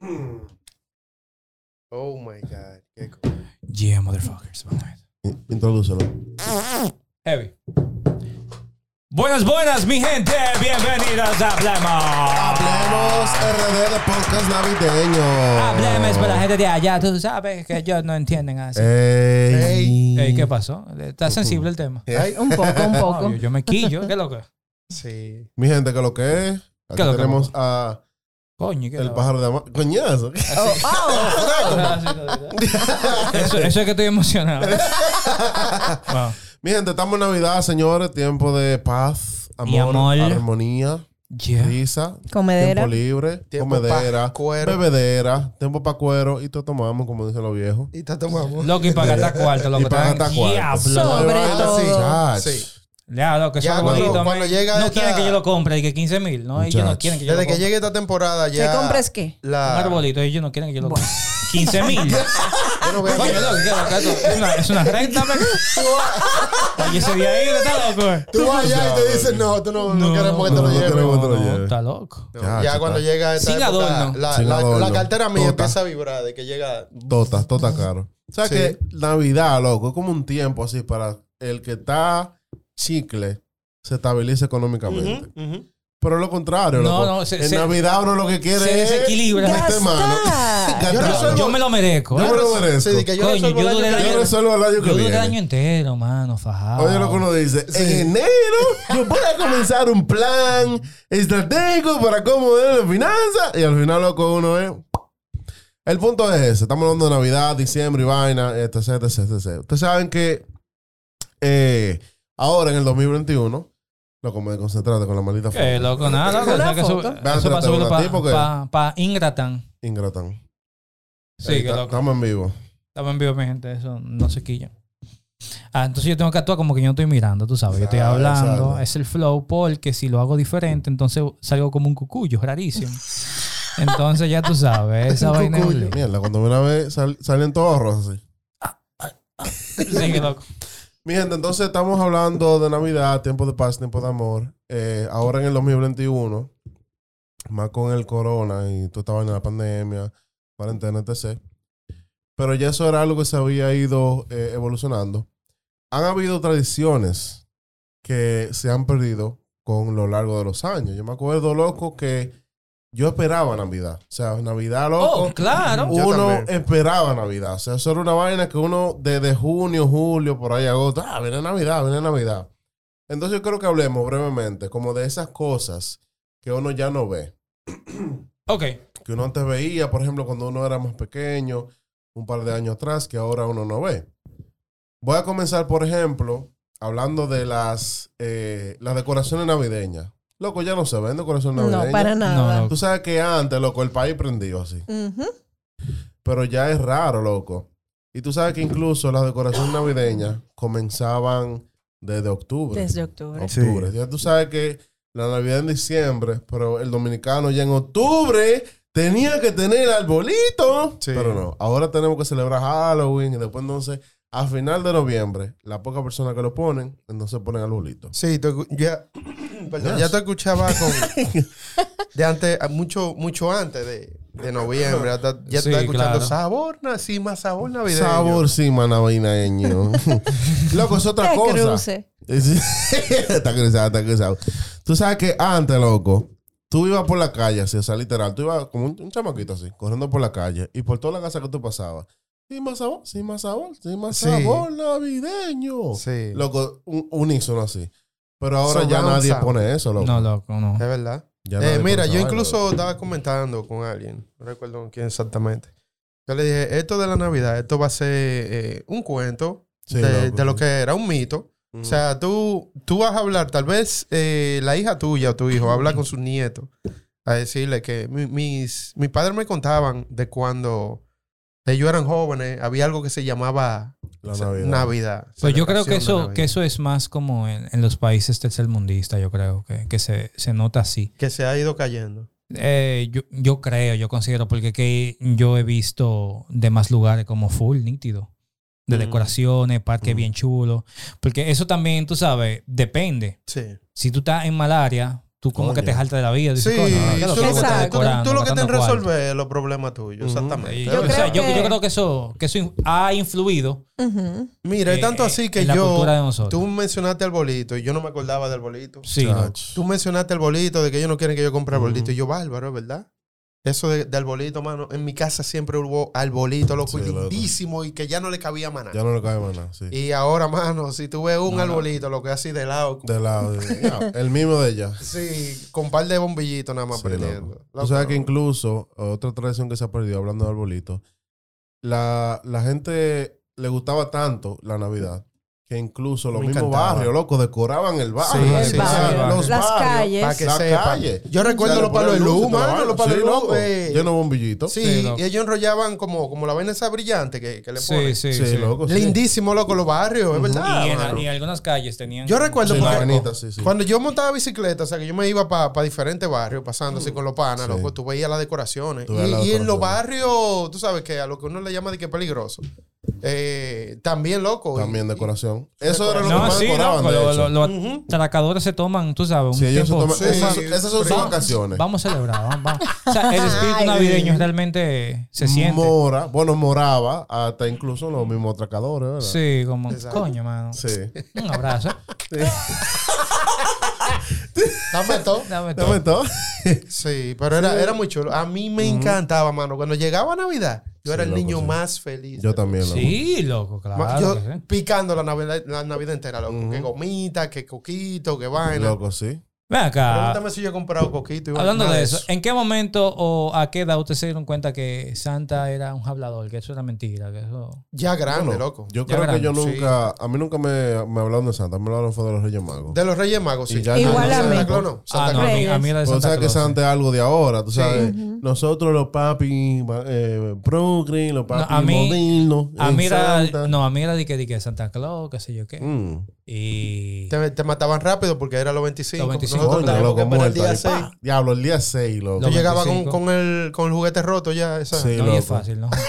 Oh my God. Qué cool. Yeah, motherfuckers. Vamos a ver. Introdúcelo. Heavy. Buenas, mi gente. Bienvenidos a Hablemos RD de podcast navideño. Hablemos para la gente de allá. Tú sabes que ellos no entienden así. Ey. ¿Qué pasó? ¿Está sensible el tema? Ay, Un poco. No, yo me quillo. ¿Qué es lo que? sí. Mi gente, que lo que es. Aquí ¿Qué lo que tenemos a Coño, ¿qué el lo- pájaro de amor. Coñazo. Eso es que estoy emocionado. Wow. Mi gente, estamos en Navidad, señores. Tiempo de paz, Y amor. armonía, Yeah. risa, Comedera. tiempo libre, Tiempo comedera, pa' cuero. bebedera, tiempo para cuero y todo tomamos, como dicen los viejos. Y te tomamos. Loco, y para gastar cuarto, loco. Y para están- gastar cuarto. Diablo. Sobre Ah, todo. sí, chach. Sí. Ya, loco, eso Ya es cuando- bonito. cuando man. llega no esta- quieren que yo lo compre y que 15,000. No, ellos no Muchachos. quieren que yo Desde lo que compre. llegue esta temporada ya. ¿Qué compres qué? Un La... arbolito, ellos no quieren que yo lo compre. 15,000. Yo no voy a- Oye, loco, ¿qué loco? Es una renta, man. Oye, ese día ahí está loco. Tú vas allá y te dicen, no, tú no queremos que te lo no lleves. queremos que te lo No, lleves. está loco. No, Ya, ya chata. cuando llega esta Sin época, adorno. Sin adorno. la cartera mía Tota. empieza a vibrar de que llega. Tota caro. O sea Sí. que Navidad, loco, es como un tiempo así para el que está chicle se estabilice económicamente. Pero es lo contrario, No, loco. no, en Navidad uno lo que quiere se es desequilibra. meter mano. Gastar. Yo resuelvo- Yo me lo merezco. Yo ¿eh? me lo merezco. Sí, de que yo Coño, resuelvo yo el año duré que el Yo viene. resuelvo el año que Yo duré el viene. año entero, mano, fajado. Oye, lo que uno dice, en enero yo voy a comenzar un plan estratégico para cómo ver las finanzas. Y al final, loco, uno es... El punto es ese. Estamos hablando de Navidad, diciembre y vaina, etc. Ustedes saben que ahora en el 2021, loco, me concentraste con la maldita foto. Loco, nada, loco. Una Eso foto. para subirlo Vean, tipo que- para Ingratán. Ingratán. Sí, Ahí que está, loco. estamos en vivo. Estamos en vivo, mi gente. Eso no se quilla. Entonces yo tengo que actuar como que yo no estoy mirando, tú sabes. Yo estoy hablando. Exacto. Es el flow porque si lo hago diferente, entonces salgo como un cucuyo, rarísimo. Entonces ya tú sabes, esa Un vaina es cucuyo. un- Mierda, cuando una vez salen todos rosas así. Sí, que loco. Mi gente, entonces estamos hablando de Navidad, tiempo de paz, tiempo de amor. Ahora en el 2021, más con el corona y tú estabas en la pandemia, cuarentena, etc. Pero ya eso era algo que se había ido evolucionando. Han habido tradiciones que se han perdido con lo largo de los años. Yo me acuerdo, loco, que yo esperaba Navidad. O sea, Navidad, loco. Oh, claro. Yo Uno también. esperaba Navidad. O sea, eso era una vaina que uno desde junio, julio, por ahí agosto, viene Navidad. Entonces yo creo que hablemos brevemente como de esas cosas que uno ya no ve. Ok. Que uno antes veía, por ejemplo, cuando uno era más pequeño, un par de años atrás, que ahora uno no ve. Voy a comenzar, por ejemplo, hablando de las decoraciones navideñas. Loco, ya no se ven decoraciones navideñas. No, para nada. No. Tú sabes que antes, loco, el país prendió así. Ujú. Pero ya es raro, loco. Y tú sabes que incluso las decoraciones navideñas comenzaban desde octubre. Desde octubre. Octubre. Ya tú sabes que la Navidad en diciembre, pero el dominicano ya en octubre tenía que tener el arbolito. Sí. Pero no, ahora tenemos que celebrar Halloween y después entonces, a final de noviembre, las pocas personas que lo ponen, entonces ponen arbolito. Sí, perdón, ya te escuchaba con. De antes, mucho antes de noviembre. Ya Sí, te estás escuchando claro. sabor, sí, más sabor navideño. Sabor, sí, navideño. Loco, es otra Qué cosa. cruce. Está cruzado. Tú sabes que antes, loco, tú ibas por la calle, así, o sea, literal, tú ibas como un chamaquito así, corriendo por la calle, y por toda la casa que tú pasabas, sin más sabor navideño. Sí. Loco, un unísono así. Pero ahora ya Surround nadie sound. pone eso, loco. No, loco, no. Es verdad. Ya nadie Mira, pone yo esa incluso vaina, estaba comentando con alguien, no recuerdo con quién exactamente. Yo le dije, esto de la Navidad, esto va a ser un cuento Sí, de loco, lo sí. que era, un mito. loco. O sea, tú vas a hablar, tal vez la hija tuya o tu hijo habla con sus nietos a decirle que mis padres me contaban de cuando ellos eran jóvenes, había algo que se llamaba La Navidad. Navidad. Pues yo creo que Celebración de eso, Navidad. eso es más como en los países tercermundistas, yo creo, que se nota así. Que se ha ido cayendo. Yo creo, yo considero, porque que yo he visto demás lugares como full nítido. De decoraciones, parque bien chulo. Porque eso también, tú sabes, depende. Sí. Si tú estás en malaria, tú como que Coño. te jaltas de la vida. Dices, Sí, coño, ¿qué es tú lo lo que que tú estás Exacto. decorando, tú lo que te gastando cuarto? resolver los problemas tuyos, exactamente. Yo, Yo o sea, creo que- yo creo que eso ha influido. Ujú. Mira, es tanto así que en la cultura de yo... nosotros. Tú mencionaste el bolito y yo no me acordaba del bolito. Sí, loco. Tú mencionaste el bolito, de que ellos no quieren que yo compre el bolito. Y yo, bárbaro, ¿es verdad? Eso del bolito, mano. En mi casa siempre hubo arbolito, loco, Sí, loco. lindísimo y que ya no le cabía más nada. Ya no le cae más nada, sí. Y ahora, mano, si tú ves un No, arbolito, lo que es así de lado, De lado. Ya, el mismo de ella. sí, con un par de bombillitos nada más Sí, prendiendo. loco. Loco, Tú sabes que no. incluso, otra tradición que se ha perdido, hablando de arbolito, la gente le gustaba tanto la Navidad que incluso los Me mismos encantaba. barrios, loco, decoraban el barrio. Sí, El sí, barrio, los las barrios, calles. Para que la sepa. calle. Yo recuerdo O sea, los palos de le ponen luz, luces y toda la mano, los vaina. palos de Sí, luz. loco. Lleno de bombillitos. Sí, Sí, loco. y ellos enrollaban como la vaina esa brillante que le Sí, ponen. sí, Sí, sí. loco. sí. Lindísimo, loco, los barrios, es verdad. Y mano. en algunas calles tenían... Yo recuerdo Sí, porque la vainita, sí, sí. cuando yo montaba bicicleta, o sea, que yo me iba para diferentes barrios, pasando así con los panas, Sí. loco, tú veías las decoraciones. Tú veías las Y en los decoraciones. barrios, tú sabes que a lo que uno le llama de que peligroso, también, loco. También y- decoración. Eso era lo que No, más sí, decoraban, loco, de hecho. los Ujú. atracadores se toman, tú sabes, un Sí, ellos se tiempo... toman- Sí. esas son sus Vamos- vacaciones. Vamos a celebrar, vamos. O sea, el espíritu Ay, navideño realmente se siente. Moraba, hasta incluso los mismos atracadores, ¿verdad? Sí, como, Exacto. coño, mano. Sí. Un abrazo. Dame todo. Dame todo. Dame todo. Sí, pero era muy chulo. A mí me encantaba, mano. Cuando llegaba Navidad, yo era el loco, niño sí. más feliz. Yo también, loco. Sí, loco, claro. Yo que sí. picando la Navidad entera, loco. Que gomita, que coquito, que vaina. Loco, sí. Ven acá. Pregúntame si yo he comprado coquito. y Hablando nada de eso, ¿en qué momento o a qué edad ustedes se dieron cuenta que Santa era un hablador? Que eso era mentira, que eso... Ya grande, Bueno, loco. Yo Ya creo que grande, yo sí. nunca... A mí nunca me hablaron de Santa. Me hablaron fue de los Reyes Magos. De los Reyes Magos, sí. Y ya Igual yo- a mí. Santa Claus no. Ah, Santa no, Claus. a mí era de Pues, Santa sabes que Claus. Santa es algo de ahora, tú sabes. Ujú. Nosotros los papis Procrin, los papis a mí- modernos. A mí era... Santa. No, a mí era de que Santa Claus, qué sé yo qué. Mm. Y... Te mataban rápido porque era los 25. Los 25. Nosotros Coño, teníamos que loco, esperar el muerto día ahí, 6. pa. Diablo, el día 6, loco. Tú Los llegabas 25. con el juguete roto ya. Esa. Sí. No, y es loco. fácil, ¿no?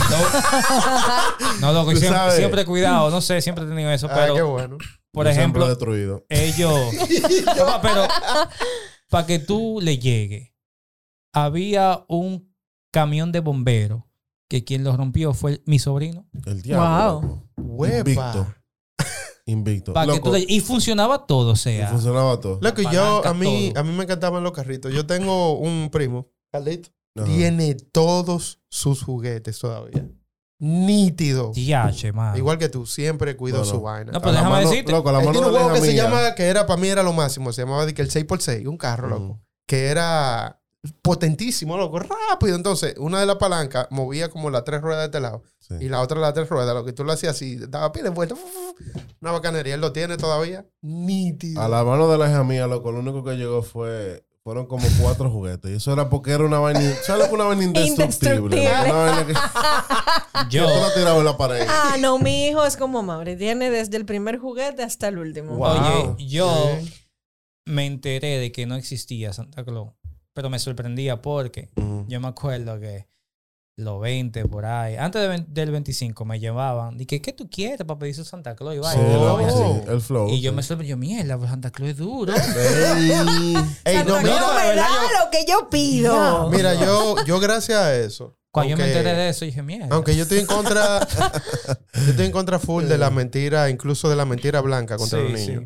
No, loco, y Tú siempre, sabes. siempre cuidado, no sé, siempre he tenido eso, Ah, qué pero, bueno. por Yo siempre ejemplo, destruido. ellos... Papá, pero para que tú le llegues, había un camión de bomberos que quien lo rompió fue mi sobrino. El diablo. Wow. loco. Huepa. Invicto. Invicto. Para que Loco, tú le- y funcionaba todo, o sea... funcionaba todo. Loco, y palanca, a mí todo. me encantaban los carritos. Yo tengo un primo, Carlito. Ajá. Tiene todos sus juguetes todavía. Nítido. Yache, man. Igual que tú, siempre cuidó No, no. su vaina. No, pero A la déjame mano- decirte. Loco, a la Él mano tiene de un la juego que se hija mía. llama, que era para mí era lo máximo, se llamaba de que el 6x6, un carro, loco, que era potentísimo, loco, rápido. Entonces, una de las palancas movía como las 3 ruedas de este lado Sí. y la otra las 3 ruedas, lo que tú lo hacías así, daba pila de vuelta, una bacanería. Él lo tiene todavía, nítido. A la mano de la hija mía, loco, lo único que llegó fueron como 4 juguetes. Y eso era porque era una vaina, ¿sabes? Una vaina indestructible. Indestructible. Una vaina que Yo, tú la tirabas en la pared. Ah, no, mi hijo es como Mauri. Tiene desde el primer juguete hasta el último. Wow. oye, yo Sí. me enteré de que no existía Santa Claus, pero me sorprendía porque Ujú. yo me acuerdo que los 20 por ahí, antes del 25 me llevaban, dije, ¿qué tú quieres para pedir su Santa Claus? Y, Sí, vaina, Oh. loco, así. sí, el flow. Y yo sí. me sorprendí, mierda, pues Santa Claus es duro. Ey. Ey, no, Santa Claus mira, me verdad, da lo que yo pido. mira, yo gracias a eso. Cuando yo me aunque- enteré de eso, dije, mierda. Aunque yo estoy en contra, yo estoy en contra full de la mentira, incluso de la mentira blanca contra Sí, los niños.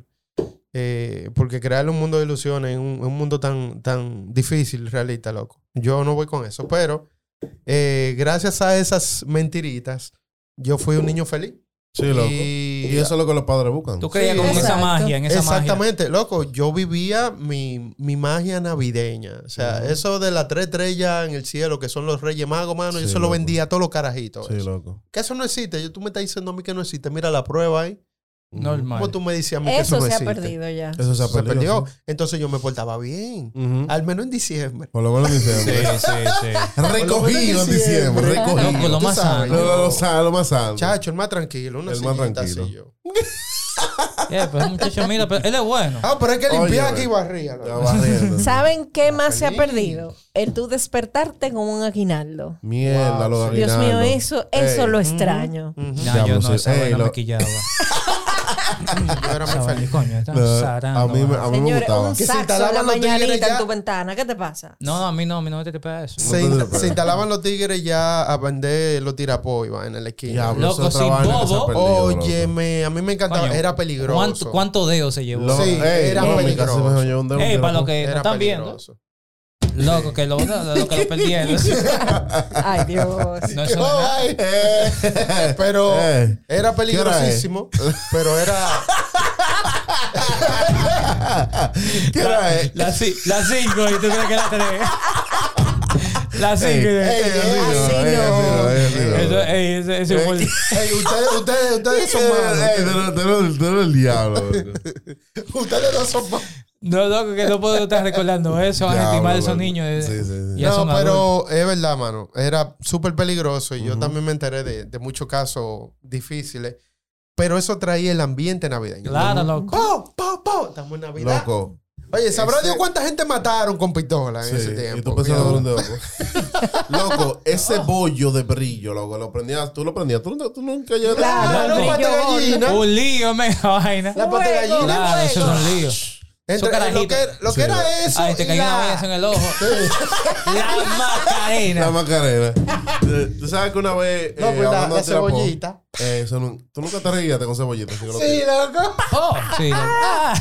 Porque crearle un mundo de ilusiones en un mundo tan difícil, realista, loco. Yo no voy con eso. Pero gracias a esas mentiritas, yo fui un niño feliz. Sí, loco. Y Y eso es lo que los padres buscan. Tú creías Sí, como en esa exacto. magia, en esa magia. Exactamente, loco. Yo vivía mi magia navideña. O sea, eso de las 3 estrellas en el cielo, que son los Reyes Magos, mano, yo Sí, se lo loco. vendía a todos los carajitos. Sí, eso. loco. Que eso no existe. Tú me estás diciendo a mí que no existe. Mira la prueba ahí. Normal. ¿Cómo tú me dices a mí que eso Eso no se ha existe? perdido ya. Eso se ha Se perdió. sí. Entonces yo me portaba bien. Ujú. Al menos en diciembre. Por lo menos en Sí, diciembre. sí, sí. Recogido en diciembre. Recogido. Loco, lo Tú más sabes, sano. Lo más sano. Chacho, el más tranquilo. Una El más sillita tranquilo. así yo. Pues el muchacho, mira, pero él es bueno. Ah, pero hay que limpiar Oye, aquí y barría. Ya barriendo. ¿Saben qué más se ha feliz. perdido? El tú despertarte con un aguinaldo. Mierda, Wow, los sí. Dios mío, aguinaldos. eso Ey. lo extraño. Ujú. Ya, Diablo, yo no, sí. esa Ey, vaina lo- me quillaba. Yo era muy feliz. Coño, están No, zarando, a mí me Señores, gustaba. un Que se saxo en instalaban la los tigres mañanita ya. en tu ventana. ¿Qué te pasa? No, a mí no me te pegas eso. Se instalaban los tigres ya a vender los tirapó, iba en el esquina. Diablo, Loco, eso es otra sin vaina que se ha bobo. perdido, Óyeme, a mí me encantaba. Coño, Era peligroso. ¿Cuántos dedos se llevó? loco. Sí, Ey, era no, mi peligroso. casi me oyó un dedo, Ey, para loco. los que no Era están viendo. peligroso. Loco, que lo perdieron. Ay, Dios. No, eso no es nada. Pero Eh, era peligrosísimo. Pero era. ¿Qué era? Las 5 y tú crees que la 3. Las 5. Ese fue el... Ey, ustedes son malos. Tú eres el diablo. Ustedes no son malos. No, loco, que no puedo estar recordando eso. A Diablo, estimar a esos loco. niños. Sí. Ya No, son adultos. pero es verdad, mano. Era súper peligroso y yo también me enteré de muchos casos difíciles. Pero eso traía el ambiente navideño. Claro, loco. ¡Po! Estamos en Navidad. Loco. Oye, ¿sabrá Ese- Dios cuánta gente mataron con pistola en ese Sí, tiempo? y tú pensando Cuidado. dónde, loco. Loco, ese bollo de brillo, loco, lo prendías, tú nunca llegaste. Claro, La brillo pata de gordo. gallina. Un lío, mega vaina. La pata de gallina. Claro, eso es un lío. Entre- Son carajitos. lo que era eso. Ay, te y cayó una la- vez en el ojo. La Macarena. La Macarena. Tú sabes que una vez. No, pues hablando la de tirapó, cebollita. tú nunca te reías con cebollita. así que lo Sí, loco. Oh, sí. Loco.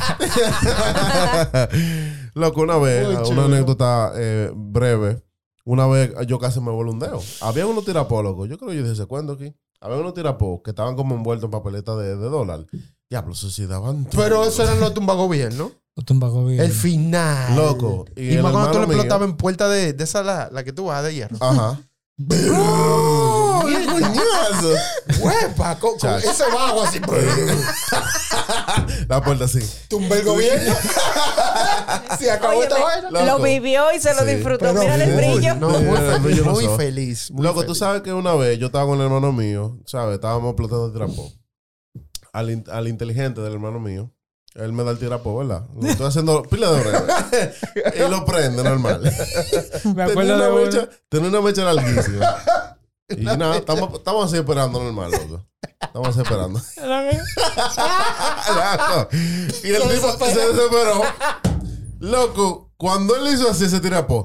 Loco, una vez, Muy una chulo. anécdota breve. Una vez yo casi me volé un dedo. Había unos tirapó, loco. Yo creo que yo dije ese cuento aquí. Había unos tirapó que estaban como envueltos en papeleta de dólar. Diablo, eso sí daban. Pero eso eran los tumbagobiernos. Los tumbagobiernos. El final. Loco. Y el más cuando tú le hermano mío- explotaba en puerta de esa, la que tú vas de hierro. Ajá. ¡Oh! ¡Qué coñazo! ¡Huepa! Con Chacho. ese bajo así. La puerta así. Tumba el gobierno. Se acabó esta vaina. Loco. Lo vivió y se lo Sí. disfrutó. Pero Mira el muy- brillo. No, Sí, muy el feliz. brillo no Muy soy. feliz. Muy Loco, feliz. tú sabes que una vez yo estaba con el hermano mío, ¿sabes? Estábamos explotando el tirapó. Al inteligente del hermano mío, él me da el tirapó, ¿verdad? Lo estoy haciendo pila de breve. Y lo prende normal. Me acuerdo de uno. Tenía una mecha larguísima. Y nada, estamos así esperando normal, loco. Estamos así esperando. Loco. Y el tipo se desesperó. Loco, cuando él hizo así, se tirapó.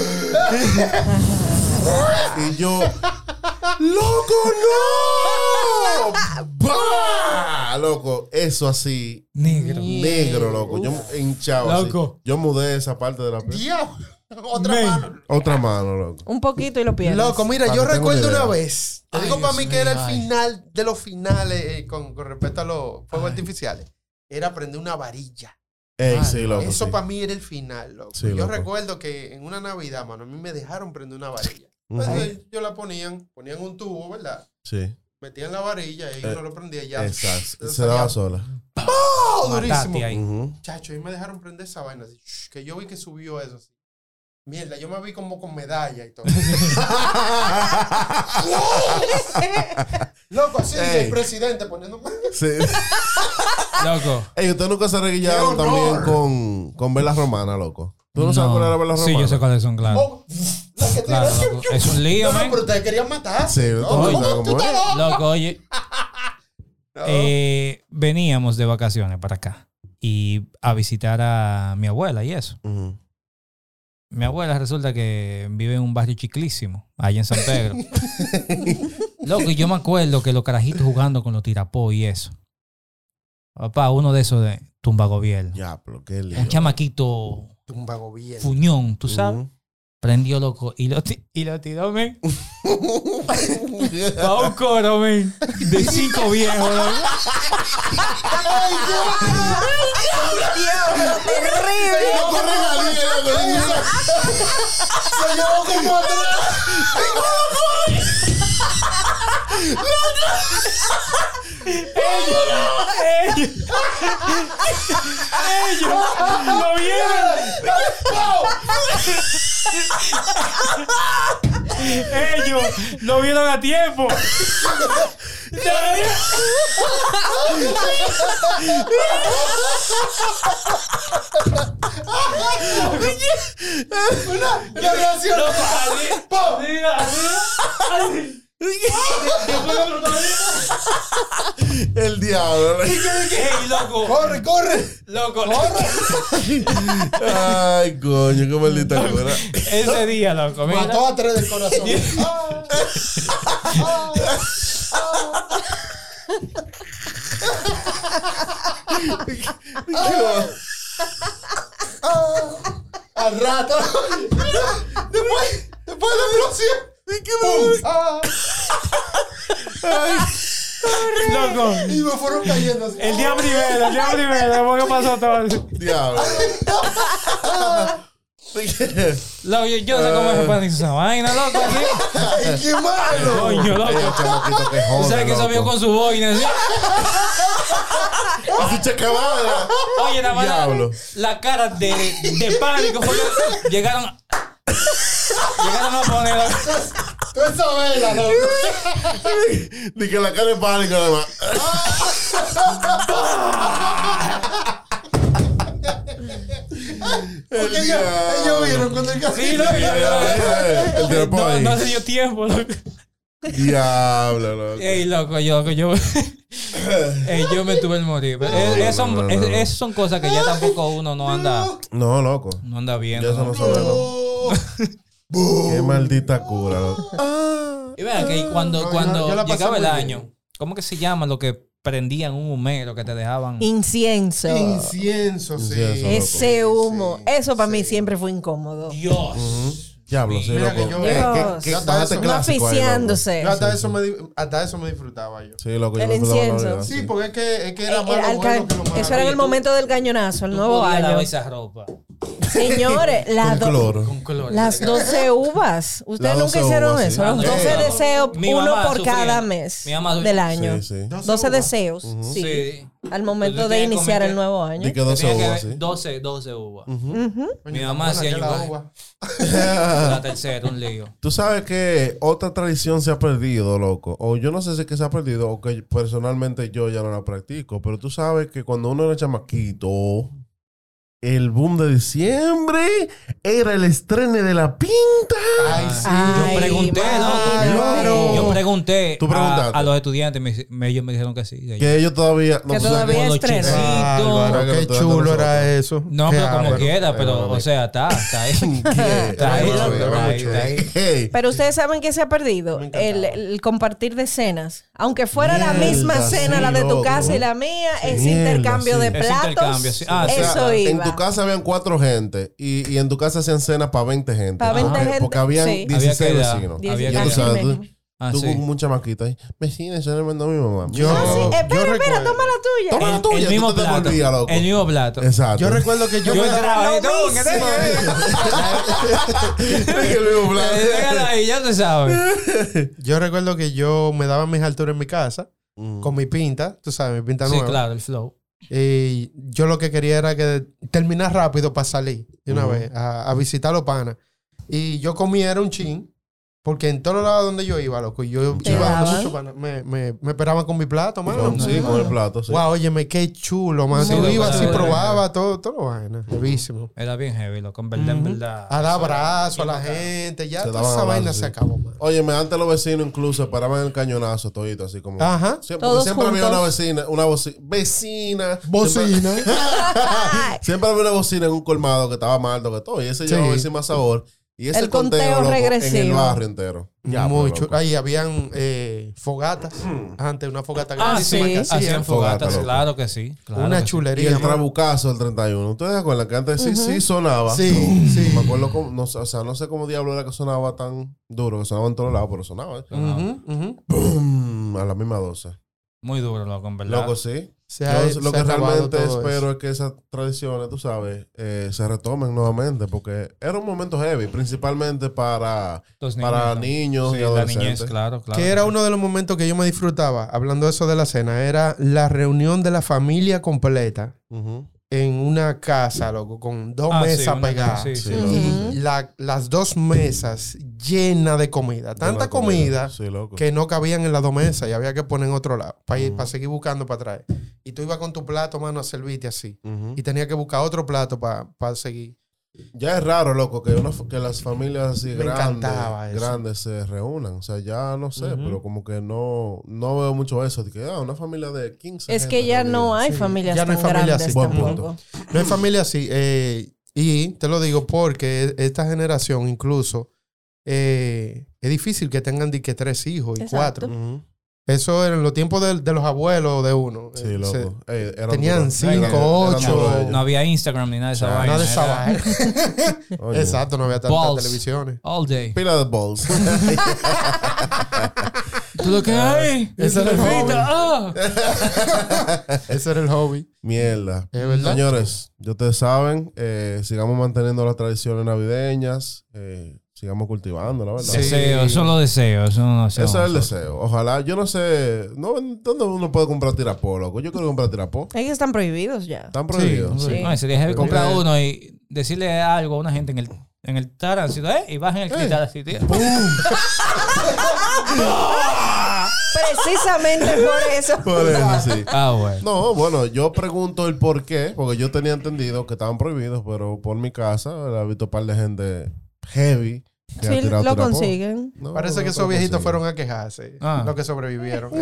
Y yo, ¡loco, no! ¡Bah! Loco, eso así, negro, loco. Yo hinchaba así. Loco. Yo mudé esa parte de la piel. Diablo. Otra Men. mano. Otra mano, loco. Un poquito y lo pierdes. Loco, mira, Para yo que tenga recuerdo una idea. una vez. Te Ay, digo para Dios mí que era mío, el ay. final de los finales con respecto a los fuegos artificiales. Era prender una varilla. Ey, Ah, sí, loco. Eso sí. para mí era el final, loco. Sí, Yo loco. recuerdo que en una Navidad, mano, a mí me dejaron prender una varilla. Ujú. Entonces, yo la ponían un tubo, ¿verdad? Sí, Metían la varilla y uno lo prendía y ya. exacto. Se salía- daba sola. ¡Oh, durísimo! Mataste ahí. Ujú. Chacho, y me dejaron prender esa vaina así, que yo vi que subió eso así. Mierda, yo me vi como con medalla y todo. Loco, así Ey. el presidente poniendo. Sí. Loco. Ey, ustedes nunca se reguillaron ¡Qué honor! también con velas romanas, loco. ¿Tú no sabes cuál era velas Sí, romanas? yo sé cuáles son, claro. Oh, la que Claro, tira- loco. Es un lío, No, man. pero ustedes querían matar. Sí, no, tú Oye. sabes cómo es. Loco, oye. No. Veníamos de vacaciones para acá y a visitar a mi abuela y eso. Ujú. Mi abuela resulta que vive en un barrio chiclísimo, allá en San Pedro. Loco, y yo me acuerdo que los carajitos jugando con los tirapó y eso. Papá, uno de esos de tumba gobierno. Ya, pero qué lío. Un chamaquito Tumba gobierno. fuñón, tú sabes. Ujú. Prendió, loco, y lo tiró, men. A un coro, men. De 5 viejos, loco. ¡Diablo, terrible! Se llevó como atrás. Ellos lo vieron. Ellos lo vieron a tiempo. La reacción. El diablo. ¡Ey, loco! ¡Corre, corre! ¡Loco! Ay, coño, qué maldita cura. Ese día, loco. Mira. Mató a 3 del corazón. Al rato. Después de la explosión. Loco. Y me fueron cayendo así. El día primero, después que pasó todo. Diablo. Loco, yo no sé cómo se puede esa vaina, loco. ¡Ay, qué malo! Coño, loco. Chamaquito que Tú jode, sabes que eso vio loco. con su boina, ¿sí? Así chacabana. Oye, nada más Diablo. la cara de pánico fue que llegaron a poner. Tú esa vela, loco. Ni que la cara de pánico, además. Porque ellos vieron cuando el Sí, loco. El tiempo No, ahí. no se dio tiempo, loco. Diablo, loco. Ey, loco, yo me tuve el morir. Pero No. esas son cosas que ya tampoco uno no anda No, loco. viendo. Ya eso no sabemos. Qué maldita cura, loco. Y vean que cuando yo la pasé llegaba el muy año, bien. ¿cómo que se llama lo que prendían un humero que te dejaban? Incienso. Incienso, sí. Incienso. Ese humo. Sí, eso para mí sí. siempre fue incómodo. Dios. Diablo, sí, Mira loco. que yo- Dios. ¿Qué Yo hasta bájate eso- clásico ahí, loco. Aficiándose. Yo hasta eso me disfrutaba yo. Sí, loco. yo El me fui a la incienso. Navidad, Sí, porque es que era más Al lo ca- bueno que lo malo. Eso era en el momento del cañonazo, el Tú nuevo podías año. lavar esa ropa Señores, Con cloro. con color. las 12 uvas. Ustedes Las nunca 12 hicieron uvas, eso. sí. Los 12 deseos, Mi uno mamá por sufría. cada mes Mi mamá del año. Sí, sí. 12 deseos. Sí. Sí. Al momento Tú de tenías que iniciar comer el nuevo año. Di que 12 Tenía que uvas, haber sí. 12 uvas. Ujú. Mi mamá hacía yo. La tercera, un lío. Tú sabes que otra tradición se ha perdido, loco. O yo no sé si es que se ha perdido o que personalmente yo ya no la practico. Pero tú sabes que cuando uno era chamaquito, el boom de diciembre era el estreno de la pinta. Ay, sí. Ay, Yo pregunté, imagínate. loco. Yo pregunté ¿Tú preguntaste? a los estudiantes. Ellos me dijeron que sí. Que ellos todavía... Que tú sabes todavía Con los estreno. chisitos. Bárbaro, qué Pero chulo era eso. No, Qué pero como bárbaro. quiera, pero, o sea, está ahí. Está ahí, Era mucho, está ahí, era está ahí. Hey. Pero ustedes saben que se ha perdido Me encantaba. el compartir de cenas. Aunque fuera la Mierda, misma cena, sí, la de tu loco. casa y la mía, ese Mierda, intercambio sí. de Ese platos. intercambio, sí. Ah, sí. O sea, Eso iba. en tu casa habían 4 gente y en tu casa hacían cenas para 20 gente. Pa' 20 Porque- gente, Porque habían sí. 16 Había que dar. vecinos. Había Y que tú dar. sabes, Así tú, mismo. Ah, tú sí. con mucha maquita ahí. Vecina, eso le mandó a mi mamá. Yo, Espera, yo espera, recuerdo- toma la tuya. Toma la tuya, El tú mismo te plato. devolvías, loco. El mismo plato. Exacto. Yo recuerdo que yo Yo me entraba ahí, Lo tú, ¿qué mismo. El mismo plato. Déjala ahí, ya te sabes. Yo recuerdo que yo me daba mis alturas en mi casa con mi pinta, tú sabes, mi pinta Sí, nueva. claro, el flow. Y yo lo que quería era que terminar rápido para salir de una Ujú. vez a visitar a los panas. Y yo comía era un chin, porque en todos los lados donde yo iba, loco, yo Te iba daban. mucho pana. Me esperaban con mi plato, mano. Sí, con el plato, sí. Wow, óyeme, qué chulo, man. Sí, Tú loco, ibas sí, y era probabas todo lo vaina. Bellísimo. Era bien heavy, loco. En verdad, en verdad. A dar abrazos a la gente. Ya Se toda daban esa vaina abrazos, se sí. acabó, man. Óyeme, antes los vecinos incluso paraban el cañonazo todito, así como... Ajá. Siempre, Todos siempre había juntos. una vecina, vecina. Bocina. Siempre había una bocina en un colmado que estaba mal, que todo. Y ese Sí. llevaba ese más sabor. Y ese El conteo loco, regresivo. en el barrio entero. Ya, Mucho. loco. Ahí habían fogatas. Antes, una fogata Ah, grandísima sí. que hacían. Hacían fogatas, loco. claro que sí. Claro Una que sí. Y chulería. el mano. trabucazo del 31. ¿Ustedes se acuerdan que antes sí sonaba? Sí, sí. Me acuerdo cómo, no, o sea, no sé cómo diablo era que sonaba tan duro, que sonaba en todos lados, pero sonaba. Ujú, ujú. ¡Pum! A la misma 12. Muy duro, loco, en verdad. Loco, sí. Se Yo ha- lo se que ha acabado realmente todo espero eso. es que esas tradiciones, tú sabes, se retomen nuevamente, porque era un momento heavy, principalmente para Los para ¿no? niños Sí, y la adolescentes. niñez, claro, claro. Que era uno de los momentos que yo me disfrutaba, hablando de eso de la cena, era la reunión de la familia completa Ujú. en una casa, loco, con dos Ah, sí, mesas una- pegadas. sí, Sí, sí. loco. Y las dos mesas llenas de comida. Tanta comida Sí, loco. que no cabían en las dos mesas y había que poner en otro lado para seguir buscando para atrás. Y tú ibas con tu plato, mano, a servirte así. Ujú. Y tenía que buscar otro plato para seguir. Ya es raro, loco, que las familias así Me encantaba eso. grandes se reúnan. O sea, ya no sé, pero como que no veo mucho eso. De que, una familia de 15. Es que ya no hay familias ya no hay tan familia grandes así. Buen tampoco. No hay familia así. Y te lo digo porque esta generación incluso es difícil que tengan de que 3 hijos y Exacto. 4. Eso en los tiempos de los abuelos de uno. Sí, loco. Tenían 5, 8. No había Instagram ni nada de esa vaina. Nada de esa era vaina. Oye, Exacto, no había tantas Balls. televisiones. All day. Pila de balls. ¿Tú lo que hay? Ese era el hobby. Ah. Ese era el hobby. Mierda. Es verdad. Señores, ya ustedes saben, sigamos manteniendo las tradiciones navideñas. Sigamos cultivando, la verdad. Sí. Deseo, eso lo deseo. Eso no sé. Ese es el deseo. Ojalá, yo no sé, ¿dónde uno puede comprar tirapó, loco? Yo quiero comprar tirapó. Ellos están prohibidos ya. Están prohibidos. Sí. No, sería heavy comprar Porque- uno y decirle algo a una gente en el tránsito, y bajen el cristal así, tío. Precisamente por eso. Por eso, sí. Ah, bueno. No, bueno, yo pregunto el por qué, porque yo tenía entendido que estaban prohibidos, pero por mi casa he visto un par de gente heavy que ha Sí, tirado lo tirapó. consiguen. No, Parece no que lo esos viejitos consiguen. fueron a quejarse. Ah. Los que sobrevivieron.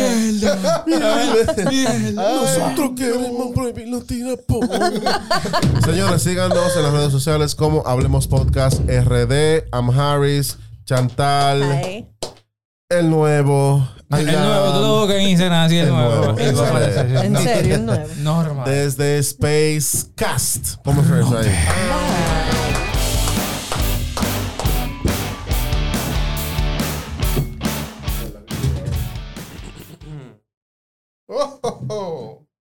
Nosotros queremos prohibir los tirapó. Señores, síganos en las redes sociales como Hablemos Podcast RD, Amharis, Chantal, Ay. El Nuevo. El nuevo, tú lo buscas en Instagram así, el El nuevo. nuevo. Y va a aparecer. En serio, el nuevo. Normal. Desde Space Cast. ¿Cómo fue eso ahí? Oh, oh, oh.